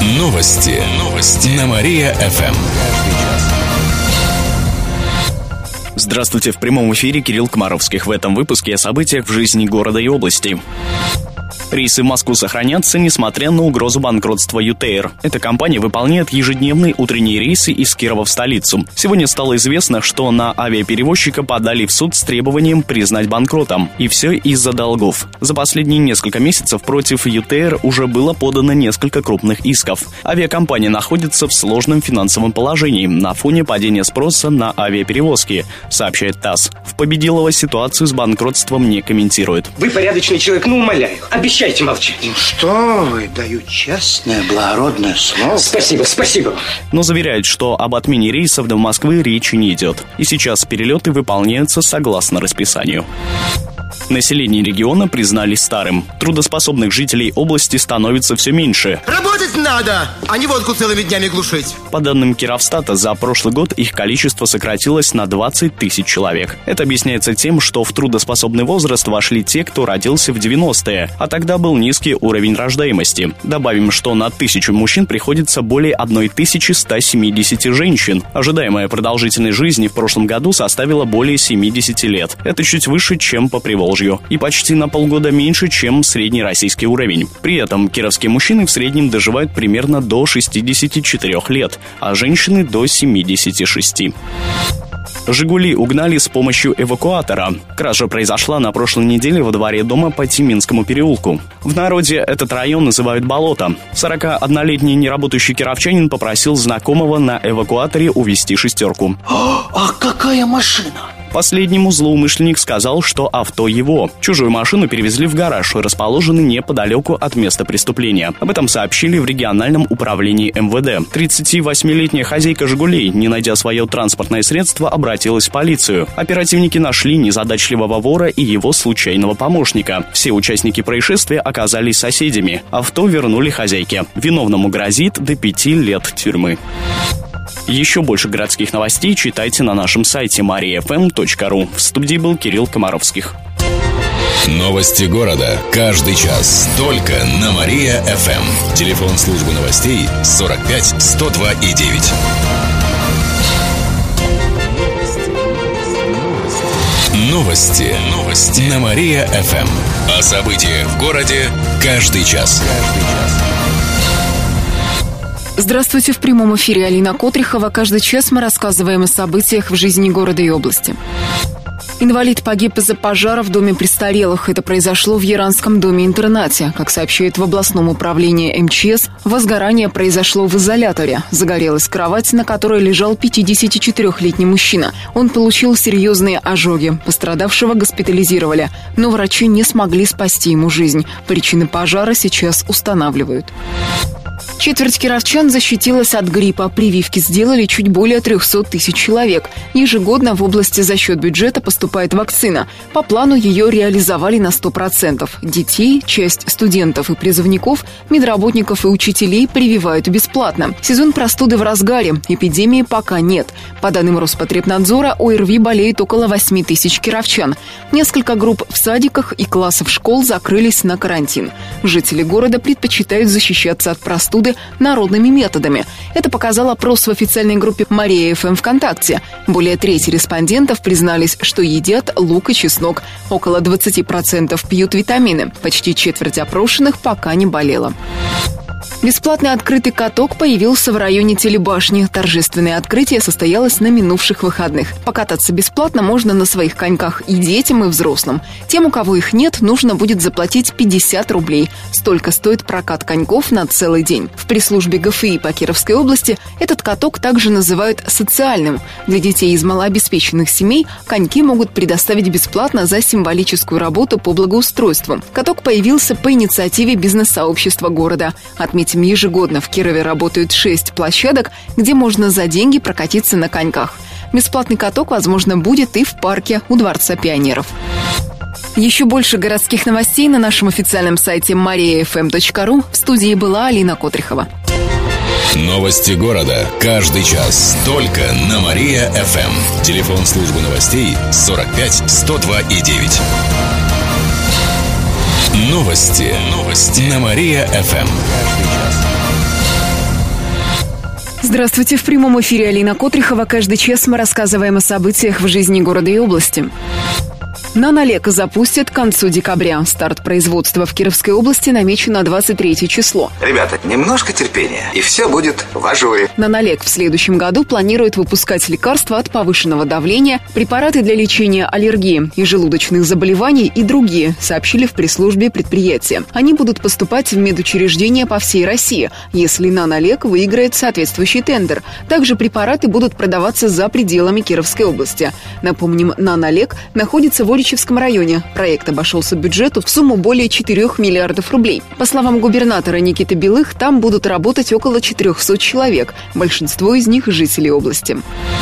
Новости на Мария-ФМ. Здравствуйте, в прямом эфире Кирилл Комаровских. В этом выпуске о событиях в жизни города и области. Рейсы в Москву сохранятся, несмотря на угрозу банкротства ЮТР. Эта компания выполняет ежедневные утренние рейсы из Кирова в столицу. Сегодня стало известно, что на авиаперевозчика подали в суд с требованием признать банкротом. И все из-за долгов. За последние несколько месяцев против ЮТР уже было подано несколько крупных исков. Авиакомпания находится в сложном финансовом положении на фоне падения спроса на авиаперевозки, сообщает ТАСС. В Победилово ситуацию с банкротством не комментирует. Вы порядочный человек, умоляю. Обещайте молчать. Ну что вы, даю честное, благородное слово. Спасибо. Но заверяют, что об отмене рейсов до Москвы речи не идет. И сейчас перелеты выполняются согласно расписанию. Население региона признали старым. Трудоспособных жителей области становится все меньше. Работать надо, а не водку целыми днями глушить. По данным Кировстата, за прошлый год их количество сократилось на 20 тысяч человек. Это объясняется тем, что в трудоспособный возраст вошли те, кто родился в 90-е, а тогда был низкий уровень рождаемости. Добавим, что на 1000 мужчин приходится более 1170 женщин. Ожидаемая продолжительность жизни в прошлом году составила более 70 лет. Это чуть выше, чем по Приволжью, и почти на полгода меньше, чем средний российский уровень. При этом кировские мужчины в среднем доживают примерно до 64 лет, а женщины до 76. «Жигули» угнали с помощью эвакуатора. Кража произошла на прошлой неделе во дворе дома по Тиминскому переулку. В народе этот район называют «болото». 41-летний неработающий кировчанин попросил знакомого на эвакуаторе увезти шестерку. А какая машина? Последнему злоумышленник сказал, что авто его. Чужую машину перевезли в гараж, расположенный неподалеку от места преступления. Об этом сообщили в региональном управлении МВД. 38-летняя хозяйка «Жигулей», не найдя свое транспортное средство, обратилась в полицию. Оперативники нашли незадачливого вора и его случайного помощника. Все участники происшествия оказались соседями. Авто вернули хозяйке. Виновному грозит до 5 лет тюрьмы. Еще больше городских новостей читайте на нашем сайте mariafm.ru. В студии был Кирилл Комаровских. Новости города. Каждый час. Только на Мария-ФМ. Телефон службы новостей 45 102 и 9. Новости на Мария-ФМ. О событиях в городе каждый час. Здравствуйте, в прямом эфире Алина Котрихова. Каждый час мы рассказываем о событиях в жизни города и области. Инвалид погиб из-за пожара в доме престарелых. Это произошло в Яранском доме-интернате. Как сообщают в областном управлении МЧС, возгорание произошло в изоляторе. Загорелась кровать, на которой лежал 54-летний мужчина. Он получил серьезные ожоги. Пострадавшего госпитализировали, но врачи не смогли спасти ему жизнь. Причины пожара сейчас устанавливают. Четверть кировчан защитилась от гриппа. Прививки сделали чуть более 300 тысяч человек. Ежегодно в области за счет бюджета поступает вакцина. По плану ее реализовали на 100%. Детей, часть студентов и призывников, медработников и учителей прививают бесплатно. Сезон простуды в разгаре. Эпидемии пока нет. По данным Роспотребнадзора, ОРВИ болеет около 8 тысяч кировчан. Несколько групп в садиках и классов школ закрылись на карантин. Жители города предпочитают защищаться от простуды народными методами. Это показал опрос в официальной группе Мария-ФМ ВКонтакте. Более трети респондентов признались, что едят лук и чеснок. Около 20% пьют витамины. Почти четверть опрошенных пока не болела. Бесплатный открытый каток появился в районе Телебашни. Торжественное открытие состоялось на минувших выходных. Покататься бесплатно можно на своих коньках и детям, и взрослым. Тем, у кого их нет, нужно будет заплатить 50 рублей. Столько стоит прокат коньков на целый день. В пресс-службе ГФИ по Кировской области этот каток также называют социальным. Для детей из малообеспеченных семей коньки могут предоставить бесплатно за символическую работу по благоустройству. Каток появился по инициативе бизнес-сообщества города. Отметим, ежегодно в Кирове работают 6 площадок, где можно за деньги прокатиться на коньках. Бесплатный каток, возможно, будет и в парке у Дворца пионеров. Еще больше городских новостей на нашем официальном сайте mariafm.ru. В студии была Алина Котрихова. Новости города. Каждый час. Только на Мария-ФМ. Телефон службы новостей 45 102 и 9. Новости на Мария-ФМ. Здравствуйте, в прямом эфире Алина Котрихова. Каждый час мы рассказываем о событиях в жизни города и области. Нанолек запустят к концу декабря. Старт производства в Кировской области намечен на 23 число. Ребята, немножко терпения, и все будет в ажуре. Нанолек в следующем году планирует выпускать лекарства от повышенного давления, препараты для лечения аллергии и желудочных заболеваний и другие, сообщили в пресс-службе предприятия. Они будут поступать в медучреждения по всей России, если Нанолек выиграет соответствующий тендер. Также препараты будут продаваться за пределами Кировской области. Напомним, Нанолек находится в Воличевском районе. Проект обошелся бюджету в сумму более 4 миллиардов рублей. По словам губернатора Никиты Белых, там будут работать около 400 человек. Большинство из них – жители области.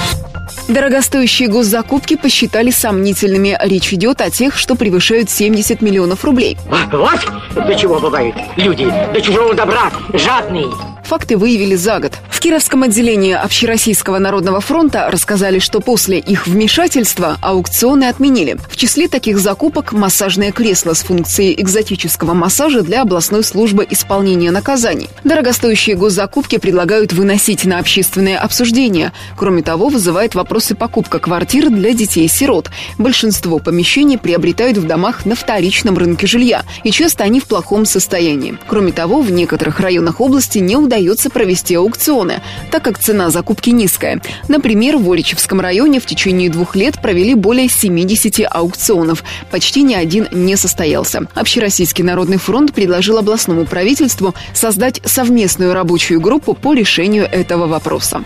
Дорогостоящие госзакупки посчитали сомнительными. Речь идет о тех, что превышают 70 миллионов рублей. Вот до чего бывают люди, до чужого добра, жадные. Факты выявили за год. В Кировском отделении Общероссийского народного фронта рассказали, что после их вмешательства аукционы отменили. В числе таких закупок массажное кресло с функцией экзотического массажа для областной службы исполнения наказаний. Дорогостоящие госзакупки предлагают выносить на общественное обсуждение. Кроме того, вызывает вопросы покупка квартир для детей-сирот. Большинство помещений приобретают в домах на вторичном рынке жилья, и часто они в плохом состоянии. Кроме того, в некоторых районах области не удается провести аукционы, так как цена закупки низкая. Например, в Воличевском районе в течение 2 лет провели более 70 аукционов. Почти ни один не состоялся. Общероссийский народный фронт предложил областному правительству создать совместную рабочую группу по решению этого вопроса.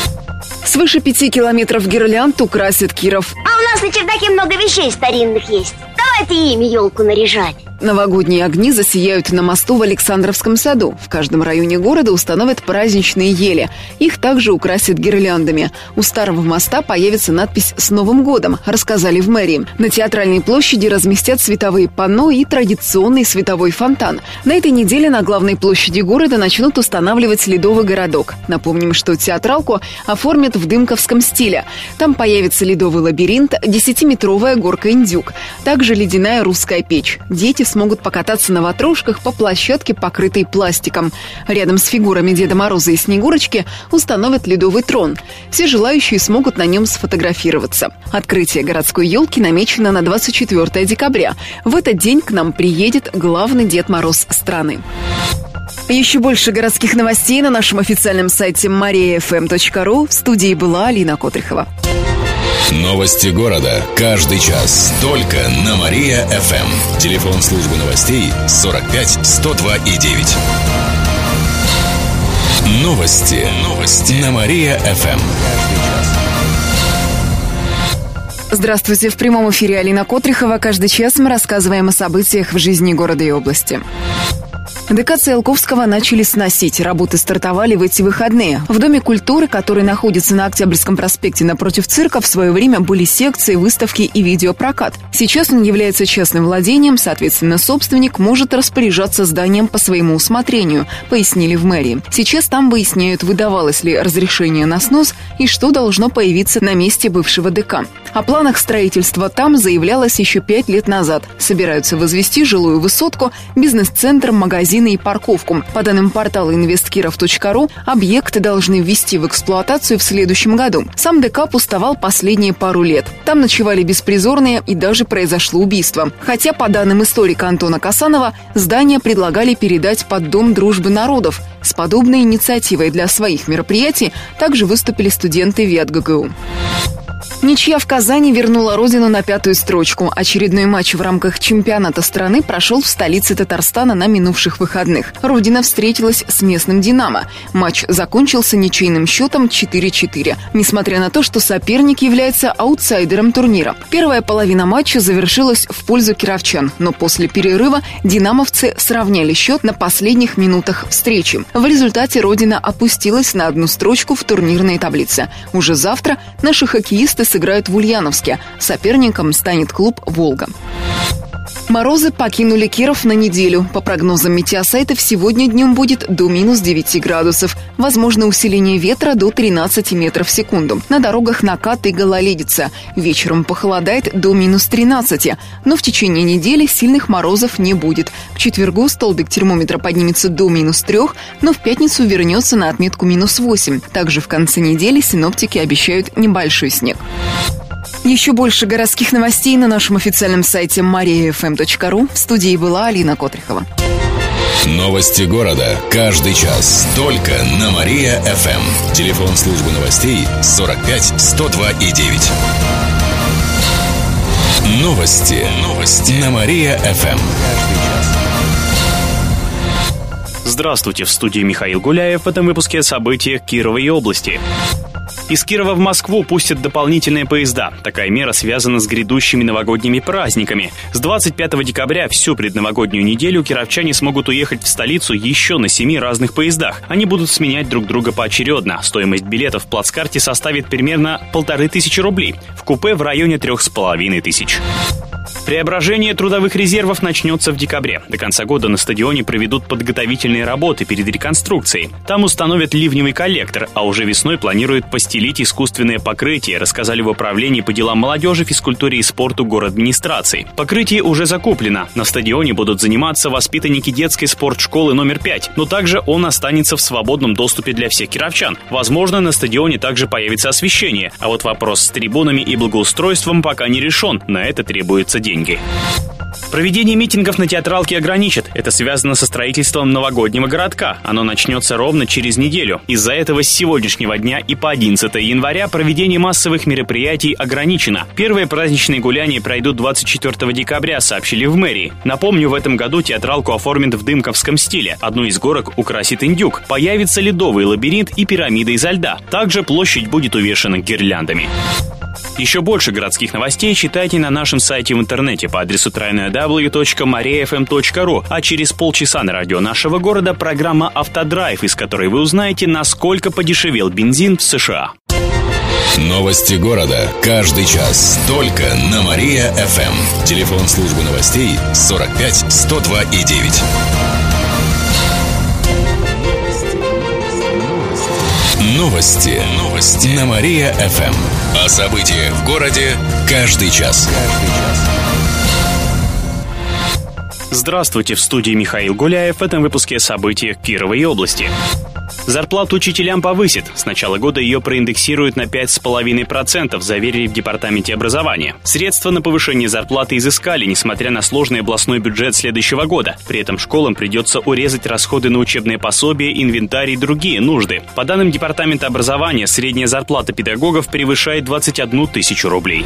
Свыше 5 километров гирлянд украсит Киров. А у нас на чердаке много вещей старинных есть. Давайте ими елку наряжать. Новогодние огни засияют на мосту в Александровском саду. В каждом районе города установят праздничные ели. Их также украсят гирляндами. У старого моста появится надпись «С Новым годом», рассказали в мэрии. На Театральной площади разместят световые панно и традиционный световой фонтан. На этой неделе на главной площади города начнут устанавливать ледовый городок. Напомним, что театралку оформят в дымковском стиле. Там появится ледовый лабиринт, 10-метровая горка «Индюк». Также ледяная русская печь. Дети смогут покататься на ватрушках по площадке, покрытой пластиком. Рядом с фигурами Деда Мороза и Снегурочки установят ледовый трон. Все желающие смогут на нем сфотографироваться. Открытие городской елки намечено на 24 декабря. В этот день к нам приедет главный Дед Мороз страны. Еще больше городских новостей на нашем официальном сайте mariafm.ru. В студии была Алина Котрихова. Новости города. Каждый час. Только на Мария-ФМ. Телефон службы новостей 45 102 и 9. Новости на Мария-ФМ. Здравствуйте, в прямом эфире Алина Котрихова. Каждый час мы рассказываем о событиях в жизни города и области. ДК Циолковского начали сносить. Работы стартовали в эти выходные. В Доме культуры, который находится на Октябрьском проспекте напротив цирка, в свое время были секции, выставки и видеопрокат. Сейчас он является частным владением, соответственно, собственник может распоряжаться зданием по своему усмотрению, пояснили в мэрии. Сейчас там выясняют, выдавалось ли разрешение на снос и что должно появиться на месте бывшего ДК. О планах строительства там заявлялось еще 5 лет назад. Собираются возвести жилую высотку, бизнес-центр, магазины и парковку. По данным портала investkirov.ru, объекты должны ввести в эксплуатацию в следующем году. Сам ДК пустовал последние пару лет. Там ночевали беспризорные и даже произошло убийство. Хотя, по данным историка Антона Касанова, здание предлагали передать под Дом дружбы народов. С подобной инициативой для своих мероприятий также выступили студенты ВиатГГУ. Ничья в Казани вернула родину на 5-ю строчку. Очередной матч в рамках чемпионата страны прошел в столице Татарстана на минувших выходных. Родина встретилась с местным «Динамо». Матч закончился ничейным счетом 4-4. Несмотря на то, что соперник является аутсайдером турнира. Первая половина матча завершилась в пользу кировчан, но после перерыва динамовцы сравняли счет на последних минутах встречи. В результате родина опустилась на 1 строчку в турнирной таблице. Уже завтра наши хоккеисты сыграют в Ульяновске. Соперником станет клуб «Волга». Морозы покинули Киров на неделю. По прогнозам метеосайтов, сегодня днем будет до минус 9 градусов. Возможно усиление ветра до 13 метров в секунду. На дорогах накат и гололедица. Вечером похолодает до минус 13. Но в течение недели сильных морозов не будет. К четвергу столбик термометра поднимется до минус 3, но в пятницу вернется на отметку минус 8. Также в конце недели синоптики обещают небольшой снег. Еще больше городских новостей на нашем официальном сайте mariafm.ru. В студии была Алина Котрихова. Новости города. Каждый час. Только на Мария-ФМ. Телефон службы новостей 45 102 и 9. Новости на Мария-ФМ. Здравствуйте, в студии Михаил Гуляев. В этом выпуске о событиях Кирова и области. Из Кирова в Москву пустят дополнительные поезда. Такая мера связана с грядущими новогодними праздниками. С 25 декабря всю предновогоднюю неделю кировчане смогут уехать в столицу еще на 7 разных поездах. Они будут сменять друг друга поочередно. Стоимость билетов в плацкарте составит примерно 1500 рублей. В купе в районе 3500. Преображение трудовых резервов начнется в декабре. До конца года на стадионе проведут подготовительные работы перед реконструкцией. Там установят ливневый коллектор, а уже весной планируют постелить искусственное покрытие, рассказали в управлении по делам молодежи, физкультуре и спорту городадминистрации. Покрытие уже закуплено. На стадионе будут заниматься воспитанники детской спортшколы номер 5, но также он останется в свободном доступе для всех кировчан. Возможно, на стадионе также появится освещение, а вот вопрос с трибунами и благоустройством пока не решен. На это требуются деньги. Проведение митингов на Театралке ограничат. Это связано со строительством новогоднего городка. Оно начнется ровно через неделю. Из-за этого с сегодняшнего дня и по 11 января проведение массовых мероприятий ограничено. Первые праздничные гуляния пройдут 24 декабря, сообщили в мэрии. Напомню, в этом году Театралку оформят в дымковском стиле. Одну из горок украсит индюк. Появится ледовый лабиринт и пирамида изо льда. Также площадь будет увешана гирляндами. Еще больше городских новостей читайте на нашем сайте в интернете по адресу www.mariafm.ru. А через полчаса на радио нашего города программа «Автодрайв», из которой вы узнаете, насколько подешевел бензин в США. Новости города. Каждый час. Только на Мария-ФМ. Телефон службы новостей 45 102 и 9. Новости на Мария-ФМ. О событиях в городе каждый час. Здравствуйте, в студии Михаил Гуляев. В этом выпуске о событиях Кирова и области. Зарплату учителям повысит. С начала года ее проиндексируют на 5,5%, заверили в Департаменте образования. Средства на повышение зарплаты изыскали, несмотря на сложный областной бюджет следующего года. При этом школам придется урезать расходы на учебные пособия, инвентарь и другие нужды. По данным Департамента образования, средняя зарплата педагогов превышает 21 тысячу рублей.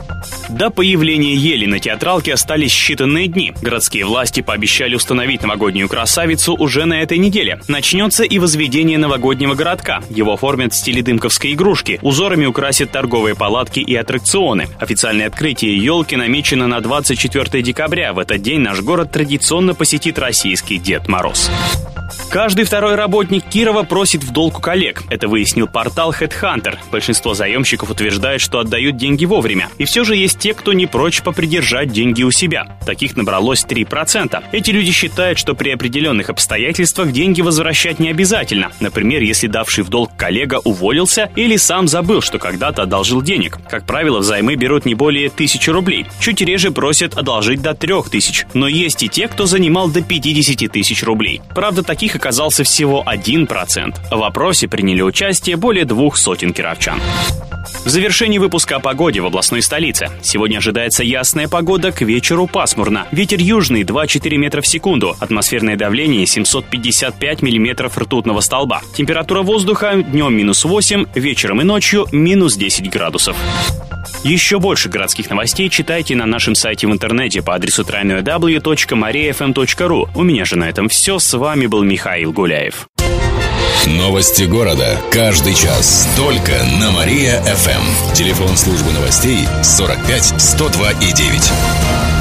До появления ели на Театралке остались считанные дни. Городские власти пообещали установить новогоднюю красавицу уже на этой неделе. Начнется и возведение новогоднего городка. Его оформят в стиле дымковской игрушки. Узорами украсят торговые палатки и аттракционы. Официальное открытие елки намечено на 24 декабря. В этот день наш город традиционно посетит российский Дед Мороз. Каждый второй работник Кирова просит в долг у коллег. Это выяснил портал HeadHunter. Большинство заемщиков утверждает, что отдают деньги вовремя. И все же есть те, кто не прочь попридержать деньги у себя. Таких набралось 3%. Эти люди считают, что при определенных обстоятельствах деньги возвращать не обязательно. Например, если давший в долг коллега уволился или сам забыл, что когда-то одолжил денег. Как правило, взаймы берут не более 1000 рублей. Чуть реже просят одолжить до 3000. Но есть и те, кто занимал до 50 тысяч рублей. Правда, таких оказался всего 1%. В опросе приняли участие более 200 кировчан. В завершении выпуска о погоде в областной столице. Сегодня ожидается ясная погода, к вечеру пасмурно. Ветер южный 2-4 метра в секунду. Атмосферное давление 755 миллиметров ртутного столба. Температура воздуха днем минус 8, вечером и ночью минус 10 градусов. Еще больше городских новостей читайте на нашем сайте в интернете по адресу www.mariafm.ru. У меня же на этом все. С вами был Михаил Гуляев. Новости города. Каждый час. Только на Мария-ФМ. Телефон службы новостей 45 102 и 9.